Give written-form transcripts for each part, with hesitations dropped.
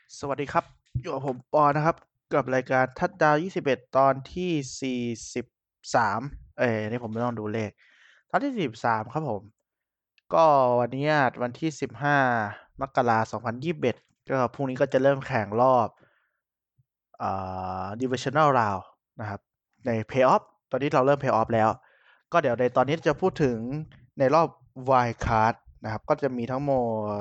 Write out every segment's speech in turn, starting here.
สวัสดีครับอยู่กับผมปอนะครับกับรายการทัดดาว21ตอนที่43นี่ผมไม่ต้องดูเลขตอนที่43ครับผมก็วันนี้วันที่15 มกราคม 2021ก็พรุ่งนี้ก็จะเริ่มแข่งรอบDivisional Round นะครับใน Playoff ตอนนี้เราเริ่ม Playoff แล้วก็เดี๋ยวในตอนนี้จะพูดถึงในรอบ Wild Card นะครับก็จะมีทั้งหมด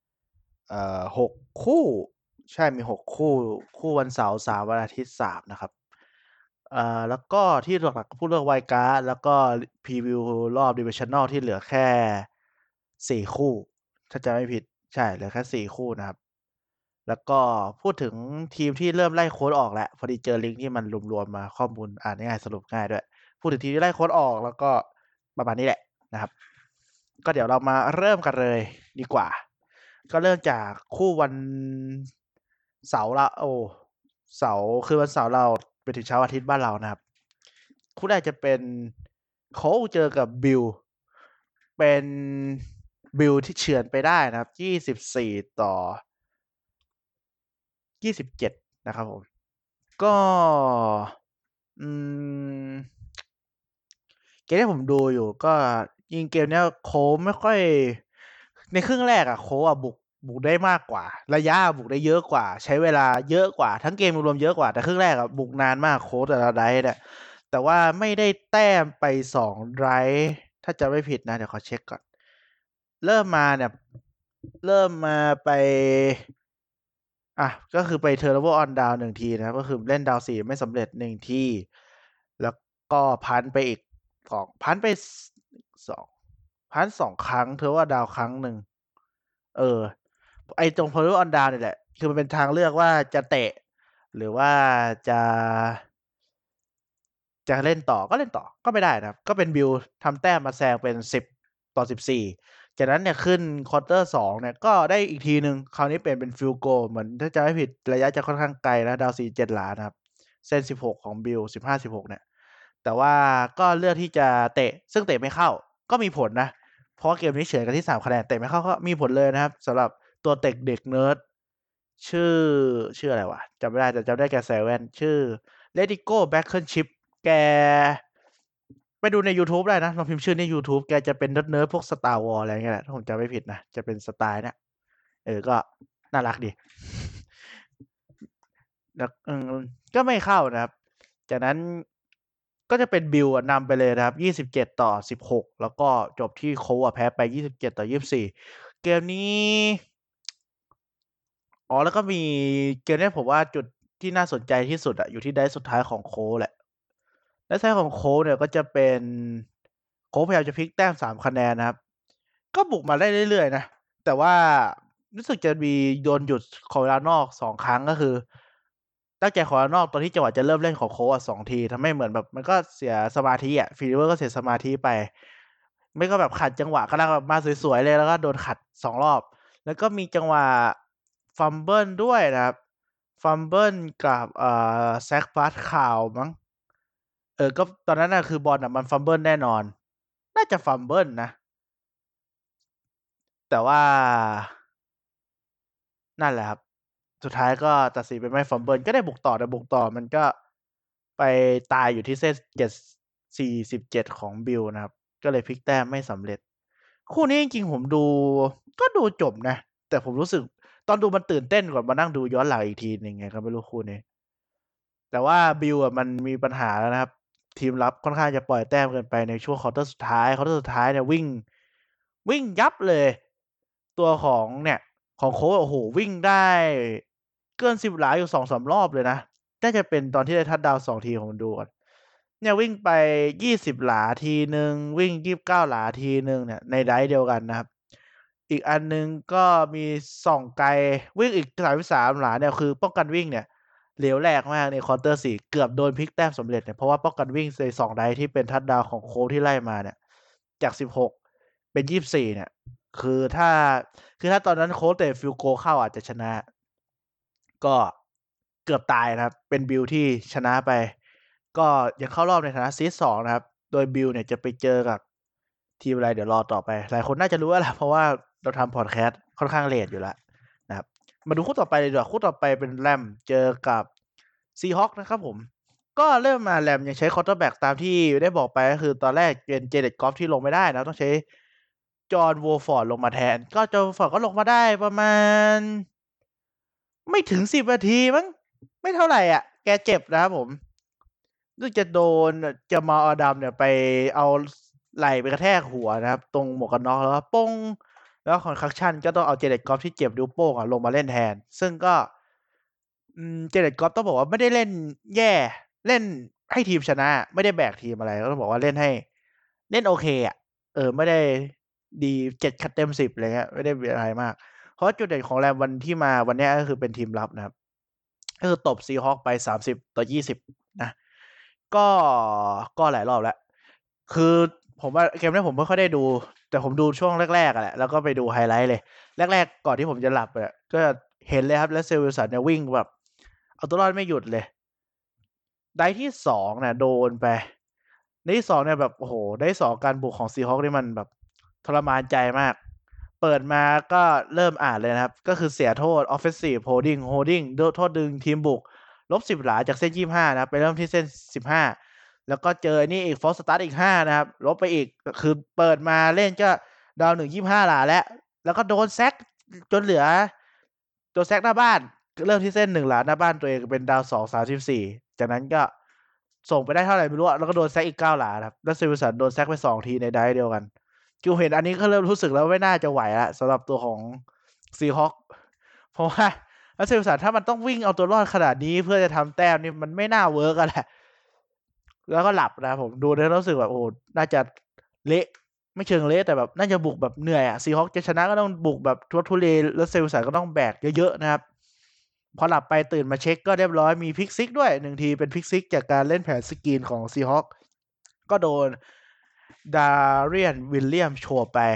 6 คู่ใช่มี6 คู่คู่วันเสาร์3วันอาทิตย์3นะครับแล้วก็ที่หลักๆก็พูดเรื่องไวการ์ดแล้วก็พรีวิวรอบดิวิชั่นแนลที่เหลือแค่4 คู่ถ้าจำไม่ผิดใช่เหลือแค่4 คู่นะครับแล้วก็พูดถึงทีมที่เริ่มไล่โค้ดออกแล้วพอดีเจอลิงก์ที่มันรวมๆมาข้อมูลอ่านง่ายสรุปง่ายด้วยพูดถึงทีมที่ไล่โค้ดออกแล้วก็ประมาณนี้แหละนะครับก็เดี๋ยวเรามาเริ่มกันเลยดีกว่า ก็เริ่มจากคู่วันเสาร์ละเสาร์คือวันเสาร์เราไปถึงเช้าอาทิตย์บ้านเรานะครับคู่แรกจะเป็นโค้ชเจอกับบิลเป็นบิลที่เฉือนไปได้นะครับ24-27นะครับผมก็อืมเกมที่ผมดูอยู่ก็ยิงเกมเนี้ยโค้ชไม่ค่อยในครึ่งแรกโค้ชบุกได้มากกว่าระยะบุกได้เยอะกว่าใช้เวลาเยอะกว่าทั้งเกมรวมเยอะกว่าแต่ครึ่งแรกบุกนานมากโค้ชแต่ละไดฟ์เนี่ยแต่ว่าไม่ได้แต้มไป2 ไดฟ์ถ้าจะไม่ผิดนะเดี๋ยวขอเช็คก่อนเริ่มมาเนี่ยเริ่มมาไปก็คือไปเทอร์ r ออนดาว1 ทีนะครับก็คือเล่นดาว4ไม่สำเร็จ1 ทีแล้วก็พันไปอีกพันไป2พัน 2 ครั้งเธอว่าดาวครั้งหนึ่งเออไอตรง Power on down นี่แหละคือมันเป็นทางเลือกว่าจะเตะหรือว่าจะจะเล่นต่อก็เล่นต่อก็ไม่ได้นะครับก็เป็นบิลทำแต้มมาแซงเป็น10-14จากนั้นเนี่ยขึ้นควอเตอร์2เนี่ยก็ได้อีกทีหนึ่งคราวนี้เปลี่ยนเป็นฟิลโกเหมือนถ้าจะไม่ผิดระยะจะค่อนข้างไกลนะดาว47หลานะครับเส้น16ของบิล15-16เนี่ยแต่ว่าก็เลือกที่จะเตะซึ่งเตะไม่เข้าก็มีผลนะเพราะเกมนี้เฉือนกันที่3 คะแนนเตะไม่เข้าก็มีผลเลยนะครับสำหรับตัวเตะเด็กเนิร์ดชื่อชื่ออะไรวะจำไม่ได้แต่จำได้แกแซเว่นชื่อ Let It Go b a c k e Chip แกไปดูใน YouTube ได้นะลองพิมพ์ชื่อใน YouTube แกจะเป็นเนิร์ดพวก Star Wars อะไรเงี้ยแหละถ้าผมจำไม่ผิดนะจะเป็นสไตล์เนี่ยก็น่ารักดีแล้วก็ไม่เข้านะครับจากนั้นก็จะเป็นบิลนำไปเลยนะครับ27-16แล้วก็จบที่โค้ชแพ้ไป27-24เกมนี้แล้วก็มีเกมนี้ผมว่าจุดที่น่าสนใจที่สุดอยู่ที่ได้สุดท้ายของโค้ชแหละ และไซด์ของโค้ชเนี่ยก็จะเป็นโค้ชพยายามจะพลิกแต้ม3 คะแนนนะครับก็บุกมาได้เรื่อยๆนะแต่ว่ารู้สึกจะมีโดนหยุดขอเวลานอก2 ครั้งก็คือตั้งใจขอเวลานอกตอนที่จังหวะจะเริ่มเล่นของโค้ช2 ทีทำให้เหมือนแบบมันก็เสียสมาธิฟีลเวอร์ก็เสียสมาธิไปไม่ก็แบบขัดจังหวะกำลังแบบมาสวยๆเลยแล้วก็โดนขัด2 รอบแล้วก็มีจังหวะฟัมเบิลด้วยนะครับฟัมเบิลกับแซคฟาสข่าวมั้ง ก็ตอนนั้นคือบอลมันฟัมเบิลแน่นอน น่าจะฟัมเบิลนะ แต่ว่านั่นแหละครับ สุดท้ายก็ตัดสินเป็นไม่ฟัมเบิลก็ได้บุกต่อแต่บุกต่อมันก็ไปตายอยู่ที่เส้น47ของบิลนะครับ ก็เลยพลิกแต้มไม่สำเร็จ คู่นี้จริงๆผมดูก็ดูจบนะ แต่ผมรู้สึกตอนดูมันตื่นเต้นกว่ามานั่งดูย้อนหลังอีกทีหนึ่งไงก็ไม่รู้คู่นี้ แต่ว่าบิลมันมีปัญหาแล้วนะครับทีมรับค่อนข้างจะปล่อยแต้มเกินไปในช่วงควอเตอร์สุดท้ายควอเตอร์สุดท้ายเนี่ยวิ่งยับเลยตัวของเนี่ยของโค้ชโอ้โหวิ่งได้เกิน10 หลาอยู่2-3 รอบเลยนะน่าจะเป็นตอนที่ได้ทัชดาวน์2 ทีผมดูก่อนเนี่ยวิ่งไป20 หลาทีหนึ่งวิ่ง29 หลาทีหนึ่งเนี่ยในไดฟ์เดียวกันนะครับอีกอันหนึ่งก็มีส่องไกลวิ่งอีก33 หลาเนี่ยคือป้องกันวิ่งเนี่ย เหลวแหลกมากในควอเตอร์4เกือบโดนพลิกแต้มสำเร็จเนี่ยเพราะว่าป้องกันวิ่งใน2 ไดฟ์ที่เป็นทัชดาวน์ของโค้ชที่ไล่มาเนี่ยจาก16เป็น24เนี่ยคือถ้าคือถ้าตอนนั้นโค้ชเตะฟิลโกเข้าอาจจะชนะก็เกือบตายนะครับเป็นบิลที่ชนะไปก็ยังเข้ารอบในฐานะซีด2นะครับโดยบิลเนี่ยจะไปเจอกับทีมอะไรเดี๋ยวรอต่อไปหลายคนน่าจะรู้แล้วแหละเพราะว่าเราทำพอดแคสต์ค่อนข้างเลทอยู่แล้วนะครับมาดูคู่ต่อไปเลยดีกว่าคู่ต่อไปเป็นแรมเจอกับซีฮอคนะครับผมก็เริ่มมาแรมยังใช้คอร์เตอร์แบ็กตามที่ได้บอกไปก็คือตอนแรกเป็นเจเน็ตกอฟที่ลงไม่ได้นะต้องใช้จอห์นโวฟอร์ดลงมาแทนก็จอห์นโวฟอร์ดก็ลงมาได้ประมาณไม่ถึง10 นาทีมั้งไม่เท่าไหร่อ่ะแกเจ็บนะครับผมรู้จะโดนจะมาอดัมเนี่ยไปเอาไหล่ไปกระแทกหัวนะครับตรงหมวกกันน็อกแล้วก็ป้งแล้วคอนคัชชั่นก็ต้องเอาเจเน็ตกอฟที่เจ็บนิ้วโป้งลงมาเล่นแทนซึ่งก็เจเน็ตกอฟต้องบอกว่าไม่ได้เล่นแย่เล่นให้ทีมชนะไม่ได้แบกทีมอะไรก็ต้องบอกว่าเล่นให้เล่นโอเคอ่ะไม่ได้ดี7 คะแนนเต็ม 10อะไรเงี้ยไม่ได้อะไรมากเพราะจุดเด่นของแรมวันที่มาวันนี้ก็คือเป็นทีมรับนะครับก็คือตบซีฮอคไป30-20นะก็ก็หลายรอบแล้วคือผมว่าเกมนี้ผมไม่ค่อยได้ดูแต่ผมดูช่วงแรกๆแหละแล้วก็ไปดูไฮไลท์เลยแรกๆก่อนที่ผมจะหลับก็เห็นเลยครับแล้วเซลวิลสันเนี่ยวิ่งแบบเอาตัวรอดไม่หยุดเลยได้ที่2เนี่ยโดนไปในที่2เนี่ยแบบโอ้โหได้2การบุกของซีฮอคนี่มันแบบทรมานใจมากเปิดมาก็เริ่มอ่านเลยนะครับก็คือเสียโทษ offensive holding โทษดึงทีมบุก-10 หลาจากเส้น25นะไปเริ่มที่เส้น15แล้วก็เจอนี่อีก false start อีก5นะครับลบไปอีกคือเปิดมาเล่นก็ดาว1 25หลาแล้วก็โดนแซกจนเหลือโดนแซกหน้าบ้านเริ่มที่เส้น1หลาหน้าบ้านตัวเองเป็นดาว2 34จากนั้นก็ส่งไปได้เท่าไหร่ไม่รู้แล้วก็โดนแซกอีก9หลาครับแล้วซิลสันโดนแซกไป2ทีในไดฟ์เดียวกันคือเห็นอันนี้ก็เริ่มรู้สึกแล้วไม่น่าจะไหวแล้วสำหรับตัวของซีฮอคเพราะว่าแล้วซิลสันถ้ามันต้องวิ่งเอาตัวรอดขนาดนี้เพื่อจะทำแต้มนี่มันไม่น่าเวิร์กกันแหละแล้วก็หลับนะผมดูแล้วรู้สึกแบบโอ้น่าจะเละไม่เชิงเละแต่แบบน่าจะบุกแบบเหนื่อยซีฮอคจะชนะก็ต้องบุกแบบทุทุเลแล้วซิลสันก็ต้องแบกเยอะๆนะครับพอหลับไปตื่นมาเช็คก็เรียบร้อยมีพิกซิกด้วย1ทีเป็นพิกซิกจากการเล่นแผนสกรีนของซีฮอคก็โดนดาเรียนวิลเลียมโชว์ไป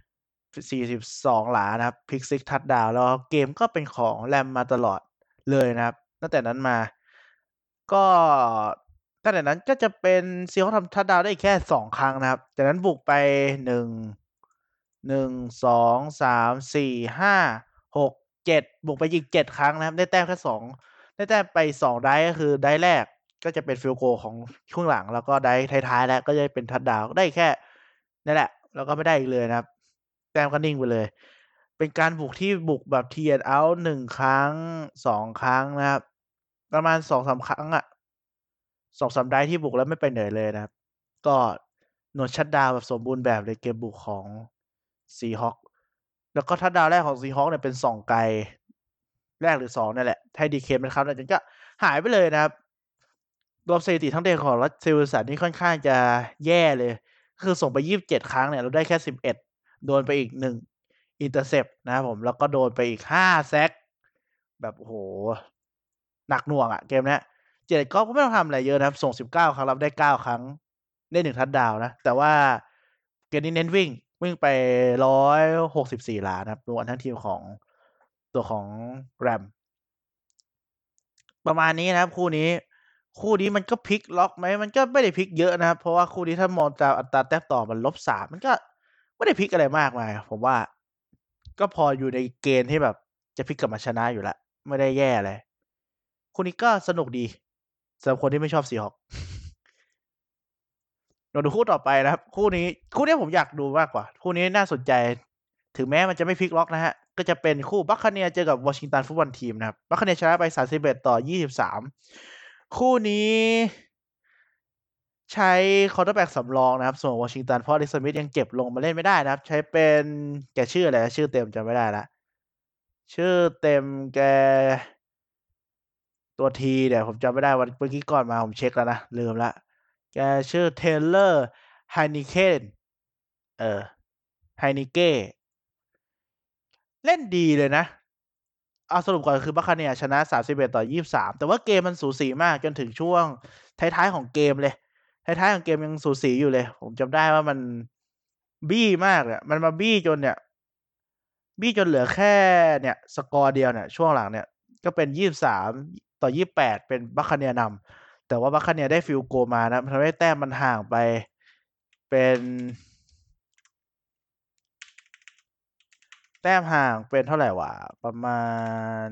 42หลานะครับพิกซิกทัชดาวน์แล้วเกมก็เป็นของแรมมาตลอดเลยนะครับตั้งแต่นั้นมาก็ตั้งแต่นั้นก็จะเป็นซีฮอคทำทัชดาวน์ได้แค่2ครั้งนะครับจากนั้นบุกไป1 2 3 4 5 6 7บุกไปอีก7ครั้งนะครับได้แต้มแค่2ได้แต้มไป2ไดฟ์ก็คือไดฟ์แรกก็จะเป็น field goal ของครึ่งหลังแล้วก็ไดฟ์ท้ายๆแล้วก็จะเป็นทัชดาวน์ได้แค่นั่นแหละแล้วก็ไม่ได้อีกเลยนะครับแต้มก็นิ่งไปเลยเป็นการบุกที่บุกแบบ T and out 1ครั้ง2ครั้งนะครับประมาณ2-3ครั้งอะ2-3ไดฟ์ที่บุกแล้วไม่ไปไหนเลยนะครับก็โดนชัตดาวน์แบบสมบูรณ์แบบเลยเกมบุกของ Seahawks แล้วก็ทัชดาวน์แรกของ Seahawks เนี่ยเป็น2ไกลแรกหรือ2เนี่ยแหละให้ DK มันค้ำแล้วจากนั้นก็หายไปเลยนะครับรวมสถิติทั้งเดือนของ Russell Wilson นี่ค่อนข้างจะแย่เลยคือส่งไป27ครั้งเนี่ยเราได้แค่11โดนไปอีก1 intercept นะครับผมแล้วก็โดนไปอีก5แซ็กแบบโอ้โฮหนักหน่วงอะเกมเนี้ยเจเน็ตก็ไม่ต้องทำอะไรเยอะนะครับส่ง19ครั้งรับได้9ครั้งได้1ทัชดาวน์นะแต่ว่าเกมนี้เน้นวิ่งไป164หลานะครับรวมกันทั้งทีมของตัวของ Rams ประมาณนี้นะครับคู่นี้มันก็พลิกล็อกไหมมันก็ไม่ได้พลิกเยอะนะครับเพราะว่าคู่นี้ถ้ามองตามอัตราแต้มต่อมัน-3มันก็ไม่ได้พลิกอะไรมากมายผมว่าก็พออยู่ในเกณฑ์ที่แบบจะพลิกกลับมาชนะอยู่แล้วไม่ได้แย่อะไรคู่นี้ก็สนุกดีสำหรับคนที่ไม่ชอบ Seahawks เราดูคู่ต่อไปนะครับคู่นี้ผมอยากดูมากกว่าคู่นี้น่าสนใจถึงแม้มันจะไม่พลิกล็อกนะครับก็จะเป็นคู่ Buccaneers เจอกับ Washington Football Team นะครับ Buccaneers ชนะไป31-23คู่นี้ใช้ควอเตอร์แบ็กสำรองนะครับส่วน Washington เพราะ Alex Smith ยังเจ็บลงมาเล่นไม่ได้นะครับใช้เป็นแกชื่ออะไรนะชื่อเต็มจำไม่ได้แล้วชื่อเต็มแกตัว T เนี่ยผมจำไม่ได้วันเมื่อกี้ก่อนมาผมเช็กแล้วนะลืมแล้วแกชื่อ Taylor Heinicke เออ Heinicke เล่นดีเลยนะเอาสรุปก่อนคือ Buccaneers ชนะ31-23แต่ว่าเกมมันสูสีมากจนถึงช่วงท้ายๆของเกมเลยท้ายๆของเกมยังสูสีอยู่เลยผมจำได้ว่ามันบี้มากอะมันมาบี้จนเนี่ยบี้จนเหลือแค่เนี่ยสกอร์เดียวเนี่ยช่วงหลังเนี่ยก็เป็น23-28เป็น Buccaneers นำแต่ว่า Buccaneers ได้ field goal มานะทำให้แต้มมันห่างไปเป็นแต้มห่างเป็นเท่าไหร่วะประมาณ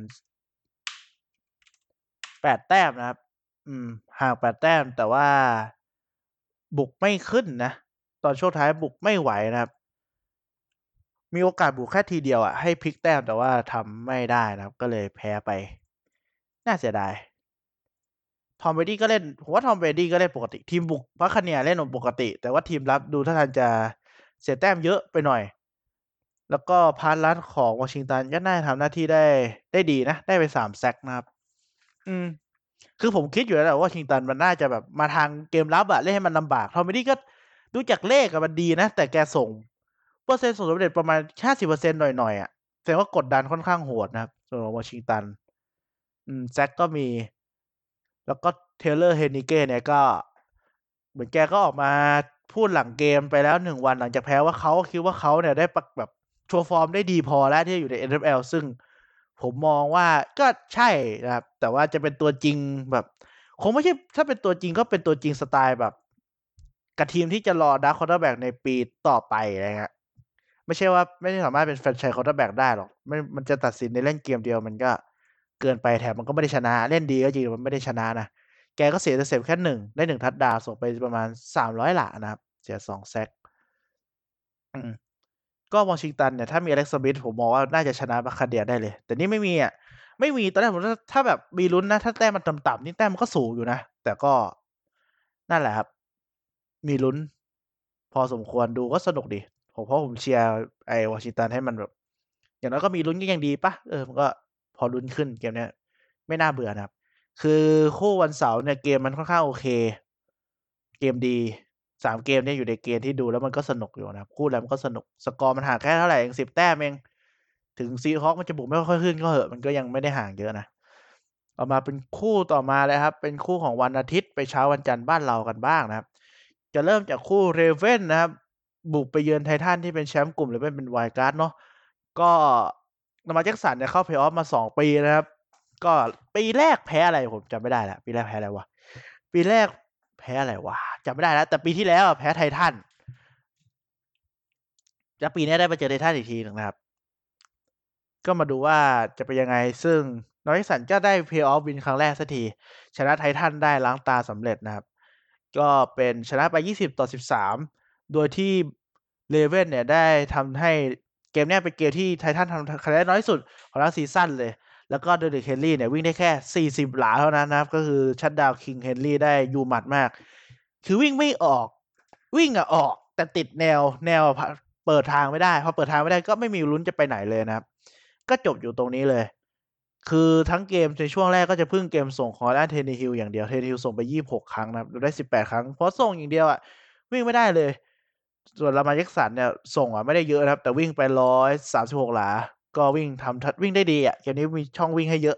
8 แต้มนะครับห่าง8 แต้มแต่ว่าบุกไม่ขึ้นนะตอนช่วงท้ายบุกไม่ไหวนะครับมีโอกาสบุกแค่ทีเดียวอ่ะให้พลิกแต้มแต่ว่าทำไม่ได้นะครับก็เลยแพ้ไปน่าเสียดายทอมเบรดี้ก็เล่นผมว่าทอมเบรดี้ก็เล่นปกติทีมบุกพัคเนียเล่นปกติแต่ว่าทีมรับดูท่าทางจะเสียแต้มเยอะไปหน่อยแล้วก็พาร์ทลัดของวอชิงตันก็น่าจะทำหน้าที่ได้ดีนะได้ไป3 แซกนะครับอืม คือผมคิดอยู่แล้วแหละว่าคิงตันมันน่าจะแบบมาทางเกมรับอะเล่นให้มันลำบากทอมเบดี้ก็ดูจากเลขอะมันดีนะแต่แกส่งเปอร์เซ็นต์ส่งสำเร็จประมาณ50%หน่อยๆอะแสดงว่ากดดันค่อนข้างโหดนะครับสำหรับวอชิงตันแซกก็มีแล้วก็เทเลอร์เฮนิเก้เนี่ยก็เหมือนแกก็ออกมาพูดหลังเกมไปแล้ว1 วันหลังจากแพ้ว่าเขาคิดว่าเขาเนี่ยได้แบบโชว์ฟอร์มได้ดีพอแล้วที่จะอยู่ใน NFL ซึ่งผมมองว่าก็ใช่นะครับแต่ว่าจะเป็นตัวจริงแบบคงไม่ใช่ถ้าเป็นตัวจริงก็เป็นตัวจริงสไตล์แบบกับทีมที่จะรอดักคอร์เตอร์แบ็กในปีต่อไปอะไรเงี้ยไม่ใช่ว่าไม่ได้สามารถเป็นแฟรนไชส์คอร์เตอร์แบ็กได้หรอกไม่มันจะตัดสินในเล่นเกมเดียวมันก็เกินไปแถมมันก็ไม่ได้ชนะเล่นดีก็จริงมันไม่ได้ชนะนะ แกก็เสียแต่เสพแค่ได้1 ทัชดาวน์ส่งไปประมาณ300 หลานะครับเสีย2 แซกอืมก็วอชิงตันเนี่ยถ้ามีอเล็กซ์สมิธผมมองว่าน่าจะชนะบัคคาเดียได้เลยแต่นี่ไม่มีอ่ะไม่มีตอนแรกผมถ้าแบบมีลุ้นนะถ้าแต้มมันต่ำๆนี่แต้มมันก็สูงอยู่นะแต่ก็นั่นแหละครับมีลุ้นพอสมควรดูก็สนุกดีผมเพราะผมเชียร์ไอ้วอชิงตันให้มันแบบอย่างน้อยก็มีลุ้นก็ยังดีปะมันก็พอลุ้นขึ้นเกมเนี้ยไม่น่าเบื่อนะครับ คือคู่วันเสาร์เนี่ยเกมมันค่อนข้างโอเคเกมดี3 เกมเนี่ยอยู่ในเกณฑ์ที่ดูแล้วมันก็สนุกอยู่นะครับคู่แล้วมันก็สนุกสกอร์มันห่างแค่เท่าไหร่เอง10 แต้มเองถึงซีฮอคมันจะบุกไม่ค่อยขึ้นก็เหอะมันก็ยังไม่ได้ห่างเยอะนะเอามาเป็นคู่ต่อมาเลยครับเป็นคู่ของวันอาทิตย์ไปเช้าวันจันทร์บ้านเรากันบ้างนะครับจะเริ่มจากคู่เรเว่นนะครับบุกไปเยือนไททันที่เป็นแชมป์กลุ่มหรือเป็นไวล์การ์ดเนาะก็ลามาร์แจ็กสันเนี่ยเข้าเพลย์ออฟมา2 ปีนะครับ ก็ปีแรกแพ้อะไรผมจำไม่ได้แล้วปีแรกแพ้อะไรวะปีแรกแพ้อะไรวะจำไม่ได้แล้วแต่ปีที่แล้วแพ้ไททันแล้วปีนี้ได้มาเจอไททันอีกทีหนึ่งนะครับก็มาดูว่าจะเป็นยังไงซึ่งนอริสันก็ได้เพย์ออฟวินครั้งแรกสักทีชนะไททันได้ล้างตาสำเร็จนะครับก็เป็นชนะไป20-13โดยที่เลเว่นเนี่ยได้ทำให้เกมนี้เป็นเกมที่ไททันทำคะแนนน้อยสุดของทั้งซีซั่นเลยแล้วก็เดริกเฮนรี่เนี่ยวิ่งได้แค่40 หลาเท่านั้นนะครับก็คือชัดดาวคิงเฮนรี่ได้ยูหมัดมากคือวิ่งไม่ออกวิ่งอะออกแต่ติดแนวเปิดทางไม่ได้พอเปิดทางไม่ได้ก็ไม่มีลุ้นจะไปไหนเลยนะครับก็จบอยู่ตรงนี้เลยคือทั้งเกมในช่วงแรกก็จะพึ่งเกมส่งของด้านเทนนิฮิลอย่างเดียวเทนนิฮิลส่งไป26 ครั้งนะครับได้18 ครั้งเพราะส่งอย่างเดียวอะวิ่งไม่ได้เลยส่วนลามาร์แจ็กสันเนี่ยส่งอะไม่ได้เยอะนะครับแต่วิ่งไป136 หลาก็วิ่งได้ดีอะเกมนี้มีช่องวิ่งให้เยอะ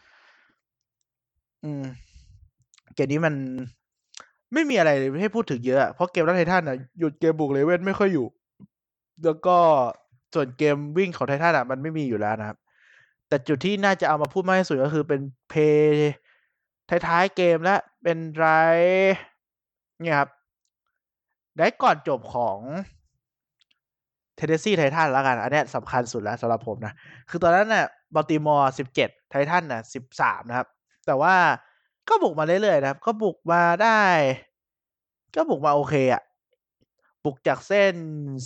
อืมเกมนี้มันไม่มีอะไรให้พูดถึงเยอะอะเพราะเกมรัฐไททันอ่ะหยุดเกมบุกเลเว่นไม่ค่อยอยู่แล้วก็ส่วนเกมวิ่งของไททันอ่ะมันไม่มีอยู่แล้วนะครับแต่จุดที่น่าจะเอามาพูดมากที่สุดก็คือเป็นเพย์ท้ายๆเกมและเป็นไรเนี่ยครับได้ก่อนจบของเทนเนสซีไททันแล้วกันอันนี้สำคัญสุดแล้วสำหรับผมนะคือตอนนั้นน่ะบัลติมอร์17ไททันน่ะ13นะครับแต่ว่าก็บุกมาเรื่อยๆนะครับก็บุกมาได้ก็บุกมาโอเคอะบุกจากเส้น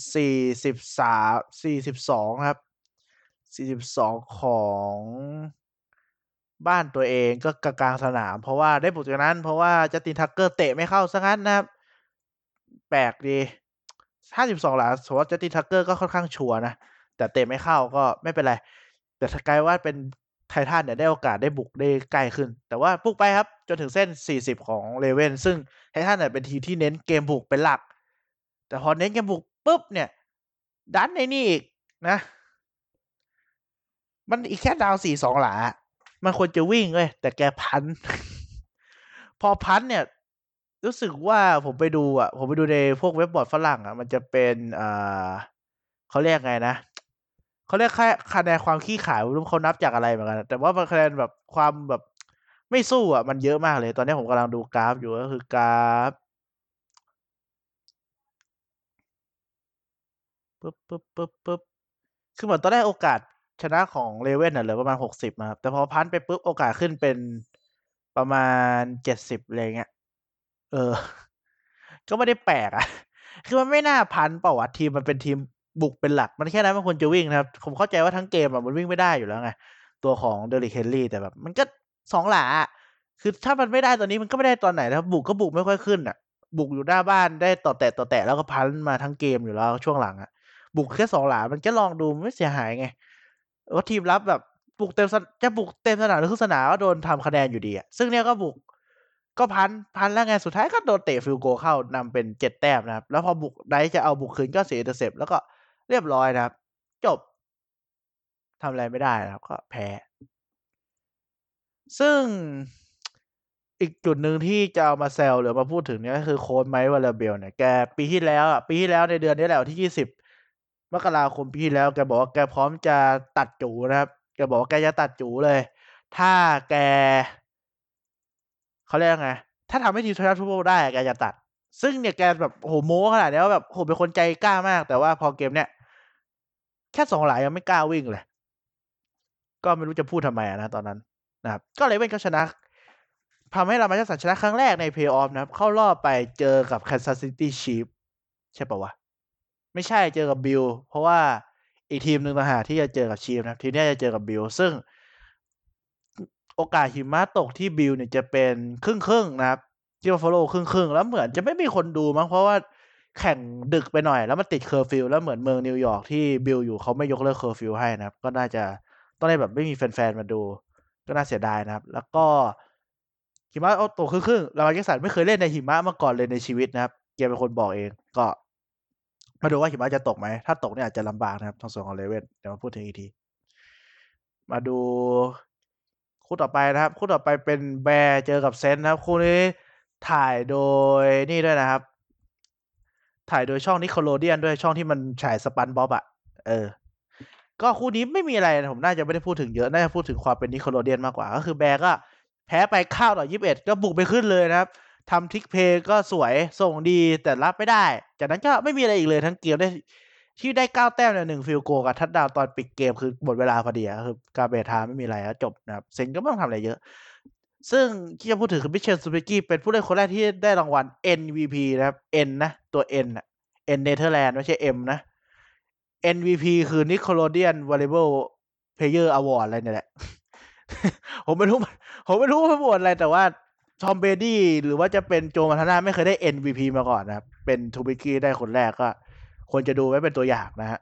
42ครับ42ของบ้านตัวเองก็กลางๆสนามเพราะว่าได้บุกจากนั้นเพราะว่าจัสตินทักเกอร์เตะไม่เข้าซะงั้นนะครับแปลกดี52 หลาผมว่าจัสตินทักเกอร์ก็ค่อนข้างชัวร์นะแต่เตะไม่เข้าก็ไม่เป็นไรแต่ถ้ากลายว่าเป็นไททันเนี่ยได้โอกาสได้บุกได้ใกล้ขึ้นแต่ว่าบุกไปครับจนถึงเส้น40ของเลเว่นซึ่งไททันเนี่ยเป็นทีมที่เน้นเกมบุกเป็นหลักแต่พอเน้นเกมบุกปุ๊บเนี่ยดันไอ้นี่อีกนะมันอีกแค่ดาว42 หลามันควรจะวิ่งเว้ยแต่แกพันพอพันเนี่ยรู้สึกว่าผมไปดูในพวกเว็บบอร์ดฝรั่งมันจะเป็นเขาเรียกไงนะเขาเรียกแค่คะแนนความขี้ขลาดไม่รู้เขานับจากอะไรเหมือนกันแต่ว่ามันคะแนนแบบความแบบไม่สู้มันเยอะมากเลยตอนนี้ผมกำลังดูกราฟอยู่ก็คือกราฟปึ๊บคือเหมือนตอนแรกโอกาสชนะของเลเว่นเหลือประมาณ60นะครับแต่พอพันไปปุ๊บโอกาสขึ้นเป็นประมาณ70อะไรเงี้ยเออ ก็ไม่ได้แปลกอะคือมันไม่น่าพันเปล่าวะทีมมันเป็นทีมบุกเป็นหลักมันแค่นั้นมันควรจะวิ่งนะครับผมเข้าใจว่าทั้งเกมอะมันวิ่งไม่ได้อยู่แล้วไงตัวของ Derrick Henry แต่แบบมันก็2หลาอะคือถ้ามันไม่ได้ตอนนี้มันก็ไม่ได้ตอนไหนนะครับบุกก็บุกไม่ค่อยขึ้นน่ะบุกอยู่หน้าบ้านได้ต่อแตะแล้วก็พันมาทั้งเกมอยู่แล้วช่วงหลังอะบุกแค่2หลามันก็ลองดูมันไม่เสียหายไงว่าทีมรับแบบบุกเต็มจะบุกเต็มสนามหรือครึ่งสนามก็โดนทำคะแนนอยู่ดีอะซึ่งเนี่ยก็บุก ก็พันแล้วไงสุดท้ายก็โดนเตะ field goal เข้านำเป็น7แต้มนะครับแล้วพอบุกไดจะเอาบุกคืนก็เสีย intercept แล้วก็เรียบร้อยนะครับจบทำอะไรไม่ได้นะครับก็แพ้ซึ่งอีกจุดหนึ่งที่จะเอามาแซวหรือมาพูดถึงเนี่ยก็คือโค้ชไมค์วาลาเบลเนี่ยแกปีที่แล้วในเดือนนี้แหละวันที่20มกราคมปีที่แล้วแกบอกว่าแกพร้อมจะตัดจูนะครับแกบอกว่าแกจะตัดจูเลยถ้าแก เขาเรียกว่าไงถ้าทำให้ทีมชนะฟุตบอลได้แกจะตัดซึ่งเนี่ยแกแบบโอ้โฮโม้ขนาดนี้ว่าแบบโอ้โฮเป็นคนใจกล้ามากแต่ว่าพอเกมเนี้ยแค่2หลายังไม่กล้าวิ่งเลยก็ไม่รู้จะพูดทำไมอะนะตอนนั้นนะครับก็เลเว่นก็ชนะทำให้ Lamar Jackson ชนะครั้งแรกใน Playoff นะครับเข้ารอบไปเจอกับ Kansas City Chiefs ใช่เปล่าวะไม่ใช่เจอกับ Bills เพราะว่าอีกทีมหนึ่งต่างหากที่จะเจอกับ Chiefs นะครับทีมเนี้ยจะเจอกับ Bills ซึ่ง โอกาสหิมะตกที่บิลเนี่ยจะเป็นครึ่งๆนะครับที่ Buffalo ครึ่งๆแล้วเหมือนจะไม่มีคนดูมั้งเพราะว่าแข่งดึกไปหน่อยแล้วมันติดเคอร์ฟิวแล้วเหมือนเมืองนิวยอร์กที่บิลอยู่เขาไม่ยกเลิกเคอร์ฟิวให้นะครับก็น่าจะต้องได้แบบไม่มีแฟนๆมาดูก็น่าเสียดายนะครับแล้วก็หิมะตกครึ่งๆ Lamar Jackson ไม่เคยเล่นในหิมะมาก่อนเลยในชีวิตนะครับแกเป็นคนบอกเองก็มาดูว่าหิมะจะตกไหมถ้าตกเนี่ยอาจจะลำบากนะครับทางส่วนของ Ravens เดี๋ยวมาพูดถึงอีกทีมาดู คู่ต่อไปนะครับคู่ต่อไปเป็นแบร์เจอกับเซนต์นะครับคู่นี้ถ่ายโดยนี่ด้วยนะครับถ่ายโดยช่อง Nickelodeon ด้วยช่องที่มันฉาย SpongeBob อะเออก็คู่นี้ไม่มีอะไรผมน่าจะไม่ได้พูดถึงเยอะน่าจะพูดถึงความเป็น Nickelodeon มากกว่าก็คือแบร์ก็แพ้ไป9-21ก็บุกไปขึ้นเลยนะครับทำทริกเพลย์ก็สวยส่งดีแต่รับไม่ได้จากนั้นก็ไม่มีอะไรอีกเลยทั้งเกมได้ที่ได้9แต้มเนี่ย1 field goal กับทัชดาวน์ตอนปิดเกมคือหมดเวลาพอดีอะคือ garbage time ไม่มีอะไรแล้วจบนะครับเซ็งก็ไม่ต้องทำอะไรเยอะ ซึ่งที่จะพูดถึงคือ Mitchell Trubisky เป็นผู้เล่นคนแรกที่ได้รางวัล MVP นะครับ N นะตัว N น่ะ N เนเธอร์แลนด์ไม่ใช่ M นะ MVP คือ Nickelodeon Valuable Player Award อะไรเนี่ยแหละผมไม่รู้ผมไม่รู้ว่ามันโหวตอะไรแต่ว่า Tom Brady หรือว่าจะเป็น Joe Montana ไม่เคยได้ MVP มาก่อนนะครับเป็น Trubisky ได้คนแรกก็ควรจะดูไว้เป็นตัวอย่างนะฮะ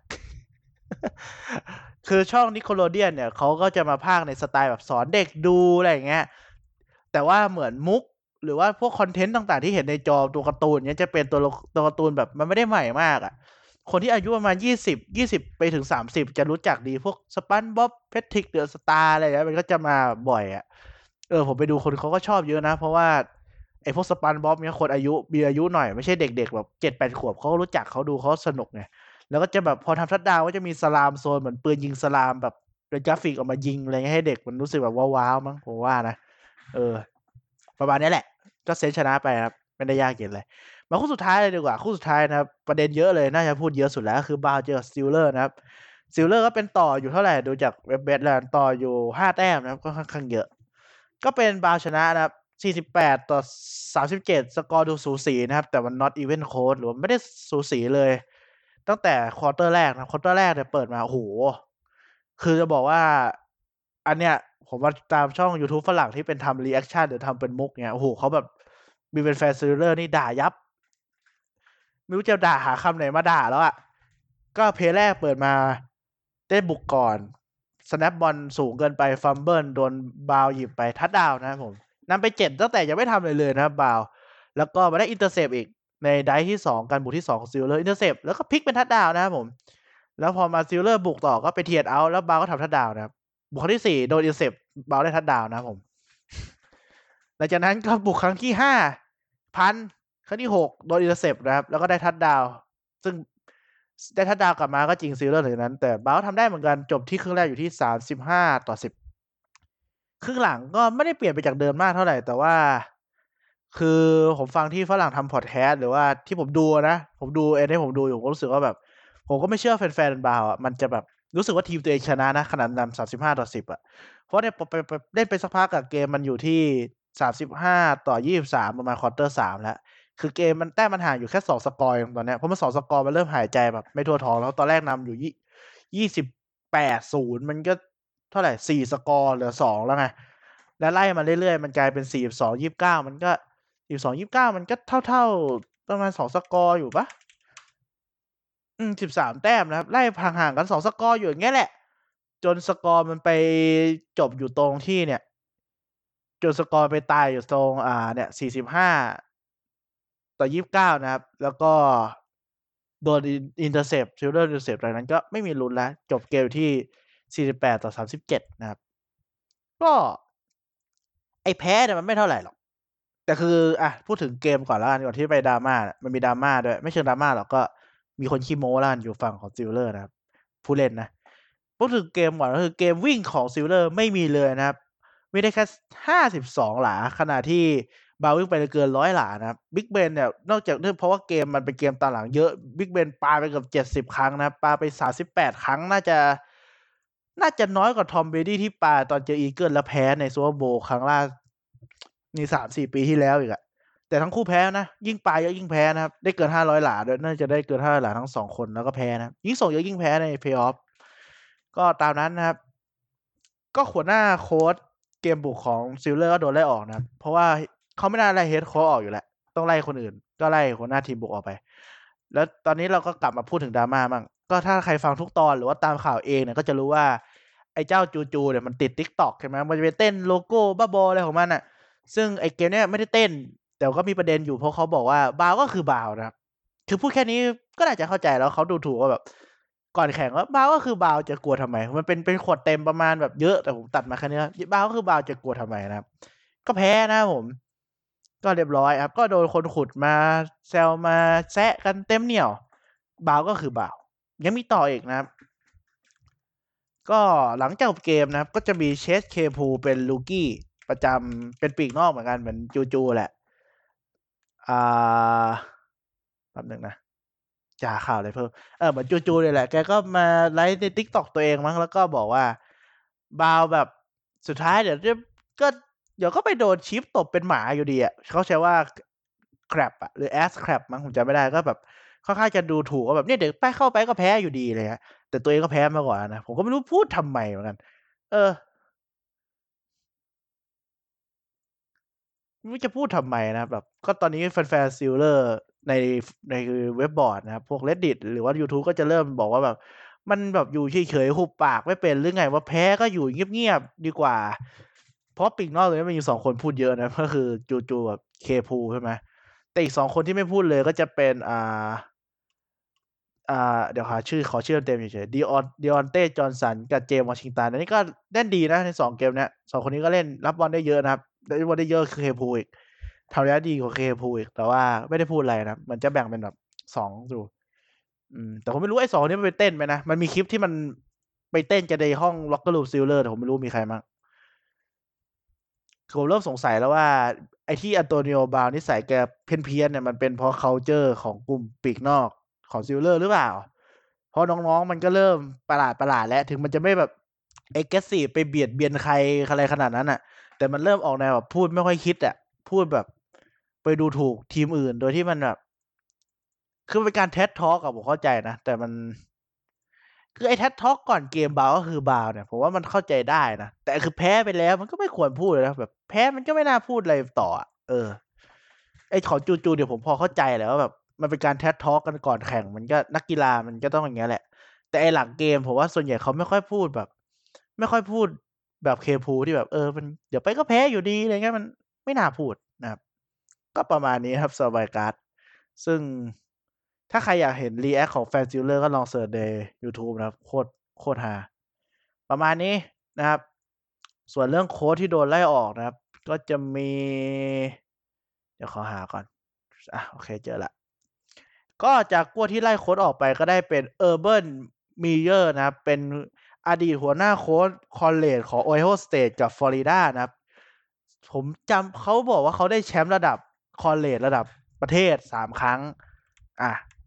คือช่อง Nickelodeon เนี่ยเขาก็จะมาพากย์ในสไตล์แบบสอนเด็กดูอะไรอย่างเงี้ยแต่ว่าเหมือนมุกหรือว่าพวกคอนเทนต์ต่างๆที่เห็นในจอตัวการ์ตูนเนี้ยจะเป็นตัวการ์ตูนแบบมันไม่ได้ใหม่มากอะคนที่อายุประมาณ20ไปถึง30จะรู้จักดีพวก SpongeBob Patrick the Star อะไรอย่างเงี้ยมันก็จะมาบ่อยอะผมไปดูคนเขาก็ชอบเยอะนะเพราะว่าไอ้พวก SpongeBob เนี้ยคนมีอายุหน่อยไม่ใช่เด็กๆแบบ7-8ขวบเขาก็รู้จักเขาดูเขาสนุกไง แล้วก็จะแบบพอทำทัชดาวน์ก็จะมีสลามโซนเหมือนปืนยิงสลามแบบเป็นกราฟิกออกมายิงอะไรเงี้ยให้เด็กมันรู้สึกแบบว้าวๆมั้งผมว่านะเออประมาณนี้แหละก็เซนชนะไปครับไม่ได้ยากเย็นอะไรมาคู่สุดท้ายเลยดีกว่าคู่สุดท้ายนะครับประเด็นเยอะเลยน่าจะพูดเยอะสุดแล้วก็คือบาวเจอกับสติลเลอร์นะครับสติลเลอร์ก็เป็นต่ออยู่เท่าไหร่ดูจากเว็บเบสแล้วต่ออยู่5แต้มนะครับก็ค่อนข้างเยอะก็เป็นบาวชนะนะครับ48-37สกอร์ดูสูสีนะครับแต่มัน not even close หรือว่าไม่ได้สูสีเลย ตั้งแต่ควอเตอร์แรกนะควอเตอร์แรกเนี่ยเปิดมาโอ้โฮคือจะบอกว่าอันเนี้ยผมว่าตามช่องยูทูบฝรั่งที่เป็นทำรีแอกชันหรือทำเป็นมุกเงี้ยโอ้โฮเขาแบบมีเป็นแฟน Steelers นี่ด่ายับไม่รู้จะด่าหาคำไหนมาด่าแล้วอะก็เพลย์แรกเปิดมาได้บุกก่อนสแนปบอลสูงเกินไปฟัมเบิลโดนบาวหยิบไปทัชดาวน์นะครับผมนำไป7ตั้งแต่ยังไม่ทำอะไรเลยนะครับบาวแล้วก็มาได้อินเตอร์เซปต์อีกในไดรฟ์ที่2การบุกที่2ของ Steelers อินเตอร์เซปต์แล้วก็พลิกเป็นทัชดาวน์นะครับผมแล้วพอมา Steelers บุกต่อก็ไป Tee it out แล้วบาวก็ทำทัชดาวน์นะครับบุกครั้งที่4โดนอินเตอร์เซปต์บาวได้ทัชดาวน์นะครับผมหลังจากนั้นก็บุกครั้งที่5พันครั้งที่6โดนอินเตอร์เซปต์นะครับแล้วก็ได้ทัชดาวน์ซึ่งได้ทัชดาวน์กลับมาก็จริง Steelers หลังจากนั้นแต่บาวก็ทำได้เหมือนกันจบที่ครึ่งแรกอยู่ที่35-10 ครึ่งหลังก็ไม่ได้เปลี่ยนไปจากเดิมมากเท่าไรแต่ว่าคือผมฟังที่ฝรั่งทำพอดแคสต์หรือว่าที่ผมดูอะนะผมดูอันนี้ผมดูอยู่ผมก็รู้สึกว่าแบบผมก็ไม่เชื่อแฟนๆ Browns อะมันจะแบบรู้สึกว่าทีมตัวเองชนะนะขนาดนำ35-10อ่ะเพราะเนี่ยไปเล่นไปสักพักกับเกมมันอยู่ที่35-23ประมาณควอเตอร์3แล้วคือเกมมันแต้มมันห่างอยู่แค่2 สกอร์ตอนเนี้ยเพราะมัน2 สกอร์มันเริ่มหายใจแบบไม่ทั่วท้องแล้วตอนแรกนำอยู่28-0มันก็เท่าไหร่4 สกอร์เหลือ2แล้วไงแล้วไล่มาเรื่อยๆมันกลายเป็น42-29มันก็42-29มันก็เท่าประมาณ2 สกอร์อยู่ปะ13 แต้มนะครับไล่ห่างๆกัน2 สกอร์อยู่อย่างเงี้ยแหละจนสกอร์มันไปจบอยู่ตรงที่เนี่ยจนสกอร์ไปตายอยู่ตรงเนี่ย45-29นะครับแล้วก็โดนintercept Steelers intercept หลังนั้นก็ไม่มีลุ้นแล้วจบเกมที่48-37นะครับก็ไอ้แพ้เนี่ยมันไม่เท่าไหร่หรอกแต่คือพูดถึงเกมก่อนแล้วกันก่อนที่ไปดราม่ามันมีดราม่าด้วยไม่เชิงดราม่าหรอกก็มีคนขี้โม้แล้วกันอยู่ฝั่งของ Steelers นะครับผู้เล่นนะพูดถึงเกมก่อนก็คือเกมวิ่งของ Steelers ไม่มีเลยนะครับมีได้แค่52หลาขณะที่บาวิ่งไปเกิน100หลานะครับบิ๊กเบนเนี่ยนอกจากเนื่องเพราะว่าเกมมันเป็นเกมตามหลังเยอะบิ๊กเบนปาไปเกือบ70ครั้งนะครับปาไป38ครั้งน่าจะน้อยกว่าทอมเบรดี้ที่ปาตอนเจออีเกิลแล้วแพ้ในซูเปอร์โบว์ครั้งล่านี่3-4 ปีที่แล้วอีกอะแต่ทั้งคู่แพ้นะยิ่งปาเยอะยิ่งแพ้นะครับได้เกิน500หลาด้วยน่าจะได้เกิน500หลาทั้ง2คนแล้วก็แพ้นะยิ่งส่งเยอะยิ่งแพ้ในเพลย์ออฟก็ตามนั้นนะครับก็หัวหน้าโค้ชเกมบุกของซิลเลอร์ก็โดนไล่ออกนะครับเพราะว่าเขาไม่น่าไล่เฮดโค้ชออกอยู่แล้วต้องไล่คนอื่นก็ไล่หัวหน้าทีมบุกออกไปแล้วตอนนี้เราก็กลับมาพูดถึงดราม่ามั่งก็ถ้าใครฟังทุกตอนหรือว่าตามข่าวเองเนี่ยก็จะรู้ว่าไอ้เจ้าจูเนี่ยมันติด TikTok ใช่ไหมมันจะไปเต้นโลโก้บ้าบออะไรของมันอ่ะซึ่งไอ้เกมเนี้ยไม่ได้เต้นแต่ก็มีประเด็นอยู่เพราะเขาบอกว่าบาวก็คือบาวนะครับคือพูดแค่นี้ก็น่าจะเข้าใจแล้วเขาดูถูกว่าแบบก่อนแข่งว่าบาวก็คือบาวจะกลัวทำไมมันเป็นขวดเต็มประมาณแบบเยอะแต่ผมตัดมาแค่นี้บาวก็คือบาวจะกลัวทำไมนะครับก็แพ้นะครับผมก็เรียบร้อยครับก็โดนคนขุดมาแซวมาแซะกันเต็มเหนี่ยวบาวก็คือบาวยังมีต่ออีกนะครับ ก็หลังจากเกมนะครับก็จะมีเชสเคพูเป็นลูกี้ประจำเป็นปีกนอกเหมือนกันเหมือนจูแหละอ่าแป๊บหนึงนะจะหาข่าวอะไรเพิ่มเหมือนจูเลยแหละแกก็มาไลฟ์ใน TikTok ตัวเองมั้งแล้วก็บอกว่าบาวแบบสุดท้ายก็เดี๋ยวก็ไปโดนชิปตบเป็นหมาอยู่ดีอ่ะเขาใช้ว่า crap อ่ะหรือ ass crap มั้งผมจำไม่ได้ก็แบบค่อนข้างจะดูถูกว่าแบบเนี่ยเดี๋ยวไปเข้าไปก็แพ้อยู่ดีเลยฮะแต่ตัวเองก็แพ้มาก่อนนะผมก็ไม่รู้พูดทำไมเหมือนกันเออ ไม่รู้จะพูดทำไมนะแบบก็ตอนนี้แฟนๆซิลเลอร์ในในเว็บบอร์ดนะครับพวก Reddit หรือว่า YouTube ก็จะเริ่มบอกว่าแบบมันแบบอยู่เฉยๆหุบปากไม่เป็นหรือไงว่าแพ้ก็อยู่เงียบๆดีกว่าเพราะปีกนอกเลยมันมี2 คนพูดเยอะนะก็คือจูกับเคพูใช่ไหมแต่อีก2 คนที่ไม่พูดเลยก็จะเป็นเดี๋ยวหาชื่อขอชื่อเต็มเฉยๆดิออนเต้จอห์นสันกับเจมส์วอชิงตันอันนี้ก็เล่นดีนะใน2 เกมเนี้ย2 คนนี้ก็เล่นรับบอลได้เยอะนะครับรับบอลได้เยอะคือเคพูอีกทำได้ดีกว่าเคพูอีกแต่ว่าไม่ได้พูดอะไรนะมันจะแบ่งเป็นแบบ2อยู่แต่ผมไม่รู้ไอ้2นี้มันไปเต้นไหมนะมันมีคลิปที่มันไปเต้นกันในห้องล็อกเกอร์รูมซิลเลอร์แต่ผมไม่รู้มีใครมั้งคือผมเริ่มสงสัยแล้วว่าไอ้ที่อันโตนิโอบราวน์นิสัยแกเพี้ยนๆเนี่ยมันเป็นเพราะ culture ของกลุ่มปีกนอกของซิลเลอร์หรือเปล่า เพราะน้องๆมันก็เริ่มประหลาดแล้วถึงมันจะไม่แบบ aggressive ไปเบียดเบียนใครอะไรขนาดนั้นอ่ะแต่มันเริ่มออกแนวแบบพูดไม่ค่อยคิดอ่ะพูดแบบไปดูถูกทีมอื่นโดยที่มันแบบคือเป็นการ TED Talk อะผมเข้าใจนะแต่มันคือไอ้ TED Talk ก่อนเกมบาวก็คือบาวเนี่ยผมว่ามันเข้าใจได้นะแต่คือแพ้ไปแล้วมันก็ไม่ควรพูดเลยนะแบบแพ้มันก็ไม่น่าพูดอะไรต่ออะไอ้ของจูเดี๋ยวผมพอเข้าใจแหละว่าแบบมันเป็นการ TED Talk กันก่อนแข่งมันก็นักกีฬามันก็ต้องอย่างเงี้ยแหละแต่ไอ้หลังเกมผมว่าส่วนใหญ่เขาไม่ค่อยพูดแบบไม่ค่อยพูดแบบเคพูที่แบบมันเดี๋ยวไปก็แพ้อยู่ดีอะไรเงี้ยมันไม่น่าพูดนะครับก็ประมาณนี้ครับ Survivor ซึ่งถ้าใครอยากเห็นรีแอคของแฟนซิลเลอร์ก็ลองเสิร์ชในยูทูบนะครับโคตรฮาประมาณนี้นะครับส่วนเรื่องโค้ชที่โดนไล่ออกนะครับก็จะมีเดี๋ยวขอหาก่อนโอเคเจอแล้วก็จากพวกที่ไล่โค้ชออกไปก็ได้เป็น Urban Meyer นะครับเป็นอดีตหัวหน้าโค้ชคอลเลจของ Ohio State กับ Florida นะครับผมจำเขาบอกว่าเขาได้แชมป์ระดับคอลเลจระดับประเทศ3 ครั้งอ่ะ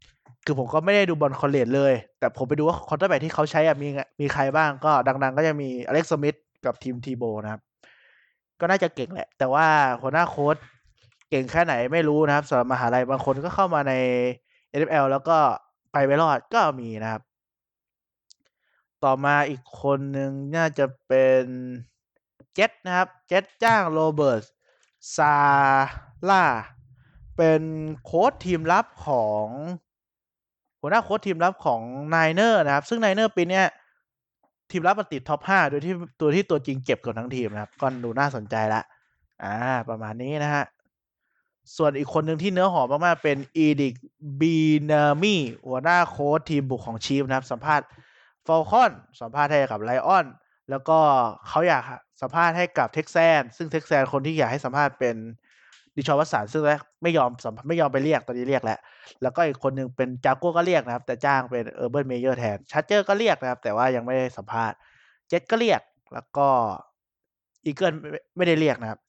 คือผมก็ไม่ได้ดูบอลคอลเลจเลย แต่ผมไปดูว่าควอเตอร์แบ็กที่เขาใช้มีใครบ้างก็ดังๆก็จะมีอเล็กซ์สมิธกับทีมทีโบนะครับ ก็น่าจะเก่งแหละ แต่ว่าหัวหน้าโค้ชเก่งแค่ไหนไม่รู้นะครับสำหรับมหาลัยบางคนก็เข้ามาใน NFL แล้วก็ไปไม่รอดก็มีนะครับ ต่อมาอีกคนหนึ่งน่าจะเป็นเจ็ตนะครับเจ็ตจ้างโรเบิร์ตซาร่าเป็นโค้ชทีมลับของหัวหน้าโค้ชทีมลับของไนเนอร์นะครับซึ่งไนเนอร์ปีนี้ทีมลับมันติดท็อป5โดยที่ตัวจริงเจ็บกันทั้งทีมนะครับก็ดูน่าสนใจละประมาณนี้นะฮะส่วนอีกคนหนึ่งที่เนื้อหอมมากๆเป็นอีดิกบีนามีหัวหน้าโค้ชทีมบุกของชีฟนะครับสัมภาษณ์ฟอลคอนสัมภาษณ์ให้กับไลออนแล้วก็เขาอยากสัมภาษณ์ให้กับเท็กซัสซึ่งเท็กซัสคนที่อยากให้สัมภาษณ์เป็นดิชอวัตสันซึ่งแรกไม่ยอมไปเรียกตอนนี้เรียกแล้วก็อีกคนหนึ่งเป็นจากโก้ก็เรียกนะครับแต่จ้างเป็นเออร์เบิร์นเมเยอร์แทนชัดเจอร์ก็เรียกนะครับแต่ว่ายังไม่ได้สัมภาษณ์เจ็ตก็เรียกแล้วก็อีเกิลไม่ได้เรียกนะครับ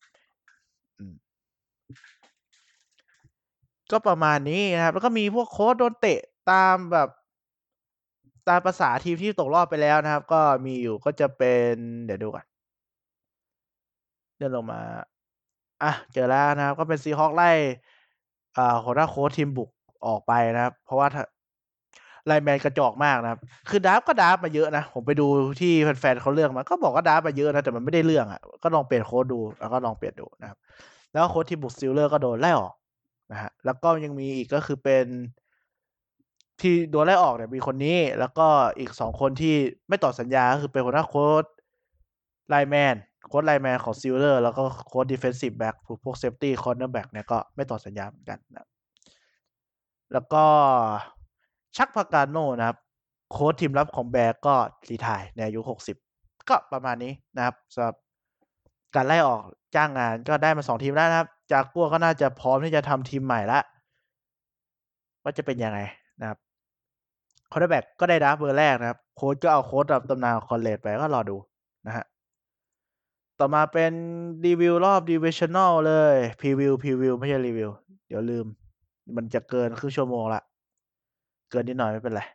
ก็ประมาณนี้นะครับแล้วก็มีพวกโค้ชโดนเตะตามแบบตามภาษาทีมที่ตกรอบไปแล้วนะครับก็มีอยู่ก็จะเป็นเดี๋ยวดูก่อนเดินลงมาเจอแล้วนะครับก็เป็นซีฮอคไล่หัวหน้าโค้ชทีมบุกออกไปนะครับเพราะว่าไลน์แมนกระจอกมากนะครับคือดราฟก็ดราฟมาเยอะนะผมไปดูที่แฟนๆเขาเลือกมาก็บอกว่าดราฟมาเยอะนะแต่มันไม่ได้เรื่องก็ลองเปลี่ยนโค้ชดูแล้วก็ลองเปลี่ยนดูนะครับแล้วโค้ชทีมบุกซิลเลอร์ก็โดนไล่ออกนะฮะแล้วก็ยังมีอีกก็คือเป็นที่โดนไล่ออกเนี่ยมีคนนี้แล้วก็อีก2คนที่ไม่ต่อสัญญาก็คือเป็นหัวหน้าโค้ชไลน์แมนโค้ชไลน์แมนของซิลเลอร์แล้วก็โค้ชดิเฟนซีฟแบ็กพวกเซฟตี้คอร์เนอร์แบ็กเนี่ยก็ไม่ต่อสัญญาเหมือนกันนะแล้วก็ชักพากาโน่นะครับโค้ชทีมลับของแบร์ก็รีไทร์ในอายุ60ก็ประมาณนี้นะครับสำหรับการไล่ออกจ้างงานก็ได้มา2ทีมแล้วนะครับจากกัวก็น่าจะพร้อมที่จะทำทีมใหม่ละว่าจะเป็นยังไงนะครับคอร์เนอร์แบ็กก็ได้ดราฟเบอร์แรกนะครับโค้ชก็เอาโค้ชแบบตำนานของคอลเลจไปก็รอดูนะฮะต่อมาเป็นรีวิวรอบ Divisional เลยพรีวิวไม่ใช่รีวิวเดี๋ยวลืมมันจะเกินครึ่งชั่วโมงละเกินนิดหน่อยไม่เป็นไร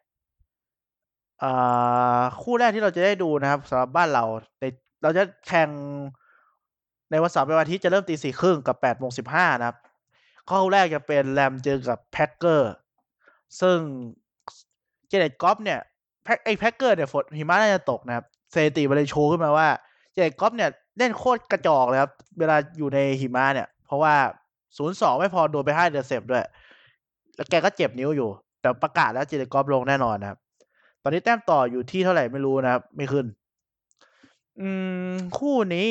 คู่แรกที่เราจะได้ดูนะครับสำหรับบ้านเราเราจะแข่งในวันเสาร์เป็นวันอาทิตย์จะเริ่มตี 4:30 กับ 8:15 นะครับคู่แรกจะเป็นแรมเจอกับแพ็คเกอร์ซึ่งเจเน็ตกอล์ฟเนี่ยแพ็คเกอร์เนี่ยฝนหิมะน่าจะตกนะครับสถิติมันเลยโชว์ขึ้นมาว่าเจเน็ตกอล์ฟเนี่ยเล่นโคตรกระจอกเลยครับเวลาอยู่ในหิมะเนี่ยเพราะว่า 0-2 ไม่พอโดนไป5 intercept ด้วยแล้วแกก็เจ็บนิ้วอยู่แต่ประกาศแล้วเจเน็ตกอล์ฟลงแน่นอนนะครับตอนนี้แต้มต่ออยู่ที่เท่าไหร่ไม่รู้นะครับไม่ขึ้นคู่นี้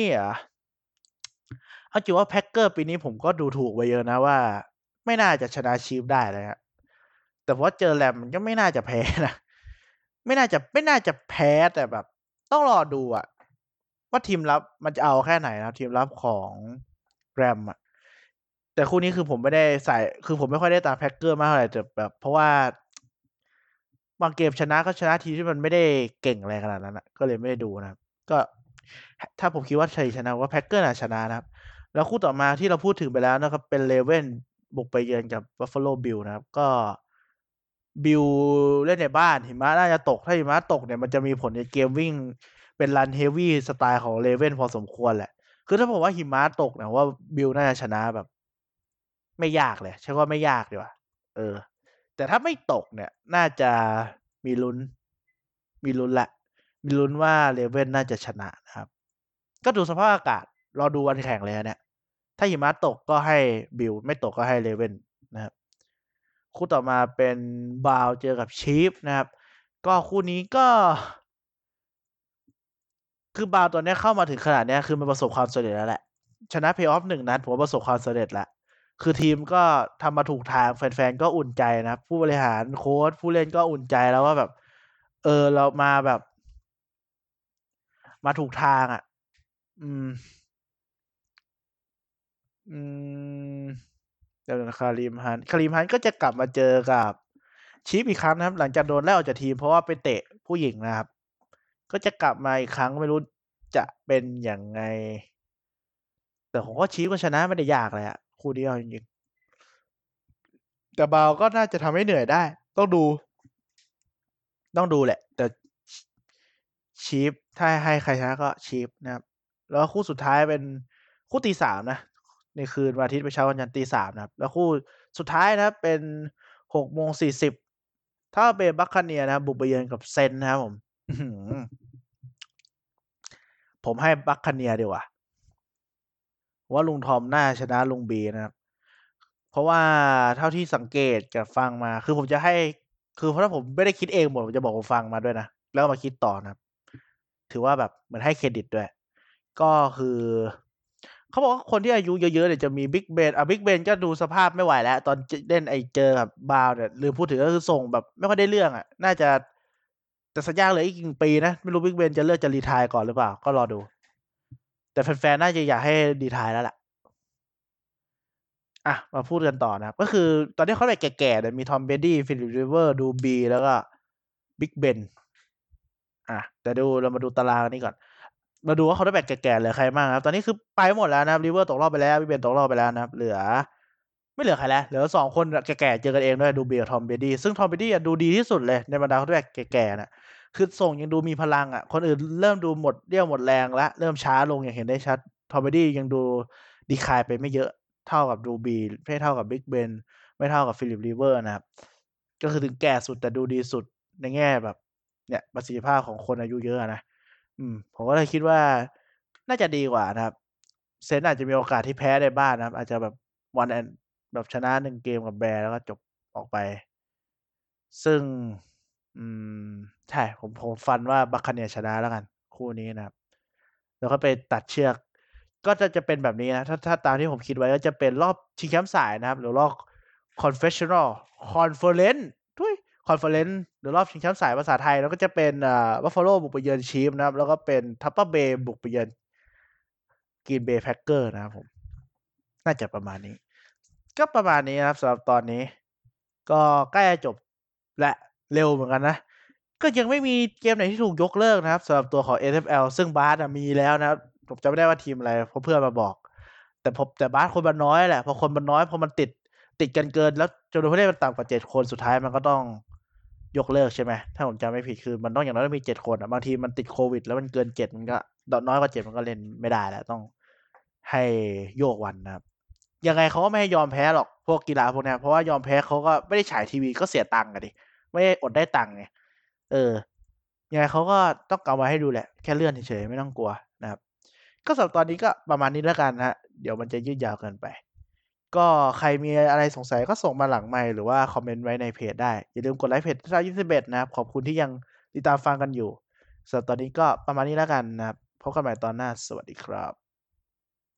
เอาจริงว่าแพ็คเกอร์ปีนี้ผมก็ดูถูกไปเยอะนะว่าไม่น่าจะชนะชีฟได้เลยครับแต่ว่าเจอแรมมันก็ไม่น่าจะแพ้นะไม่น่าจะแพ้แต่แบบต้องรอดูว่าทีมรับมันจะเอาแค่ไหนนะทีมรับของแรมแต่คู่นี้คือผมไม่ได้ใส่คือผมไม่ค่อยได้ตามแพ็คเกอร์มากเท่าไหร่แต่แบบเพราะว่าบางเกมชนะก็ชนะทีมที่มันไม่ได้เก่งอะไรขนาดนั้นก็เลยไม่ได้ดูนะครับก็ถ้าผมคิดว่าชัยชนะว่าแพ็คเกอร์น่าชนะนะครับแล้วคู่ต่อมาที่เราพูดถึงไปแล้วนะครับเป็นเลเว่นบุกไปเยือนกับ Buffalo Bill นะครับก็บิลเล่นในบ้านหิมะน่าจะตกถ้าหิมะตกเนี่ยมันจะมีผลในเกมวิ่งเป็นรันเฮฟวี่สไตล์ของเลเว่นพอสมควรแหละคือถ้าผมว่าหิมะตกเนี่ยว่าบิลน่าจะชนะแบบไม่ยากเลยใช่ว่าไม่ยากดีกว่าแต่ถ้าไม่ตกเนี่ยน่าจะมีลุ้นแหละมีลุ้นว่าเลเว่นน่าจะชนะนะครับก็ดูสภาพอากาศรอดูวันแข่งเลยเนี่ยถ้าหิมะตกก็ให้บิลไม่ตกก็ให้เลเว่นนะครับคู่ต่อมาเป็นบาวเจอกับชีฟนะครับก็คู่นี้ก็คือบาวตัวนี้เข้ามาถึงขนาดนี้คือมันประสบความสำเร็จแล้วแหละชนะเพย์ออฟ1 นัดผมประสบความสำเร็จแล้วคือทีมก็ทำมาถูกทางแฟนๆก็อุ่นใจนะครับผู้บริหารโค้ชผู้เล่นก็อุ่นใจแล้วว่าแบบเรามาแบบมาถูกทางอืมอืมเดี๋ยวนะคาริมฮันก็จะกลับมาเจอกับชีฟอีกครั้งนะครับหลังจากโดนไล่ออกจากทีมเพราะว่าไปเตะผู้หญิงนะครับก็จะกลับมาอีกครั้งไม่รู้จะเป็นยังไงแต่ผมว่าชีฟก็ชนะไม่ได้ยากเลยคู่นี้เอาจริงๆแต่บาวก็น่าจะทำให้เหนื่อยได้ต้องดู ต้องดูแหละ แต่ชีฟถ้าให้ใครชนะก็ชีฟนะครับ แล้วคู่สุดท้ายเป็นคู่ตีสามนะ ในคืนวันอาทิตย์ไปเช้าวันจันทร์ตีสามนะครับ แล้วคู่สุดท้ายนะครับเป็น6:40ถ้าเป็นบัคคาเนียนะครับบุกไปเยือนกับเซนนะครับผม ผมให้บัคคาเนียดีกว่าว่าลุงทอมน่าชนะลุงบีนะครับ เพราะว่าเท่าที่สังเกตกับฟังมา คือผมจะให้ คือเพราะถ้าผมไม่ได้คิดเองหมดผมจะบอกผมฟังมาด้วยนะ แล้วมาคิดต่อนะครับ ถือว่าแบบเหมือนให้เครดิตด้วย ก็คือเขาบอกว่าคนที่อายุเยอะๆเนี่ยจะมีบิ๊กเบนบิ๊กเบนก็ดูสภาพไม่ไหวแล้ว ตอนเล่นเจอกับบาวเนี่ยลืมพูดถึงก็คือส่งแบบไม่ค่อยได้เรื่องอ่ะ น่าจะแต่สัญญาเหลืออีก1 ปีนะ ไม่รู้บิ๊กเบนจะเลือกจะรีไทร์ก่อนหรือเปล่า ก็รอดู แต่แฟนๆน่าจะอยากให้รีไทร์แล้วล่ะ มาพูดกันต่อนะครับ ก็คือตอนนี้เขาแบบแก่ๆเนี่ยมีทอมเบดี้ฟิลิปริเวอร์ดูบีแล้วก็บิ๊กเบนแต่เรามาดูตารางนี้ก่อน มาดูว่าเขาได้แบกแก่ๆเหลือใครบ้างครับ ตอนนี้คือไปหมดแล้วนะครับริเวอร์ตกรอบไปแล้วบิ๊กเบนตกรอบไปแล้วนะครับไม่เหลือใครแล้วเหลือ2 คนแก่ๆเจอกันเองด้วยดูบีกับทอมเบดี้ซึ่งทอมเบดี้ดูดีที่สุดเลยในบรรดาเขาแบกแก่ๆนะคือส่งยังดูมีพลังคนอื่นเริ่มดูหมดเรี่ยวหมดแรงแล้วเริ่มช้าลงอย่างเห็นได้ชัดทอมเบดี้ยังดูดีคายไปไม่เยอะเท่ากับดูบีไม่เท่ากับบิ๊กเบนไม่เท่ากับฟิลิปริเวอร์นะครับก็คือถึงแก่สุดแต่ดูดีสุดในแง่แบบเนี่ยประสิทธิภาพของคนอายุเยอะนะผมก็เลยคิดว่าน่าจะดีกว่านะครับเซนต์อาจจะมีโอกาสที่แพ้ในบ้านนะครับอาจจะแบบวันแอนแบบชนะ1 เกมกับแบร์แล้วก็จบออกไป ซึ่งอืมใช่ผมฟันว่าบัคคาเนียชนะแล้วกันคู่นี้นะครับ แล้วก็ไปตัดเชือก ก็จะเป็นแบบนี้นะ ถ้าตามที่ผมคิดไว้ก็จะเป็นรอบชิงแชมป์สายนะครับ หรือรอบ Confessional Conference ทุย Conference หรือรอบชิงแชมป์สายภาษาไทย แล้วก็จะเป็นBuffalo บุกไปเยือนชีฟนะครับ แล้วก็เป็น Tampa Bay บุกไปเยือน Green Bay Packers นะครับผม น่าจะประมาณนี้ ก็ประมาณนี้นะครับสำหรับตอนนี้ ก็ใกล้จะจบและเร็วเหมือนกันนะ ก็ยังไม่มีเกมไหนที่ถูกยกเลิกนะครับสำหรับตัวของ NFL ซึ่งบาสมีแล้วนะครับผมจำไม่ได้ว่าทีมอะไรเพราะเพื่อนมาบอก แต่บาสคนมันน้อยแหละพอคนมันน้อยพอมันติดกันเกินแล้วจำนวนผู้เล่นมันต่ำกว่า7 คนสุดท้ายมันก็ต้องยกเลิกใช่ไหมถ้าผมจำไม่ผิดคือมันต้องอย่างน้อยต้องมี7 คนบางทีมันติดโควิดแล้วมันเกิน7มันก็น้อยกว่า7มันก็เล่นไม่ได้แล้วต้องให้โยกวันนะครับยังไงเขาก็ไม่ให้ยอมแพ้หรอกพวกกีฬาพวกนี้เพราะว่ายอมแพ้เขาก็ไม่ได้ฉายทีวีก็เสียตังค์ดิไม่ได้อดได้ตังค์ไงยังไงเขาก็ต้องเอามาให้ดูแหละแค่เลื่อนเฉยๆไม่ต้องกลัวนะครับก็สำหรับตอนนี้ก็ประมาณนี้แล้วกันนะเดี๋ยวมันจะยืดยาวเกินไปก็ใครมีอะไรสงสัยก็ส่งมาหลังไมค์หรือว่าคอมเมนต์ไว้ในเพจได้อย่าลืมกดไลค์เพจที่21นะครับขอบคุณที่ยังติดตามฟังกันอยู่สำหรับตอนนี้ก็ประมาณนี้แล้วกันนะครับพบกันใหม่ตอนหน้าสวัสดีครับ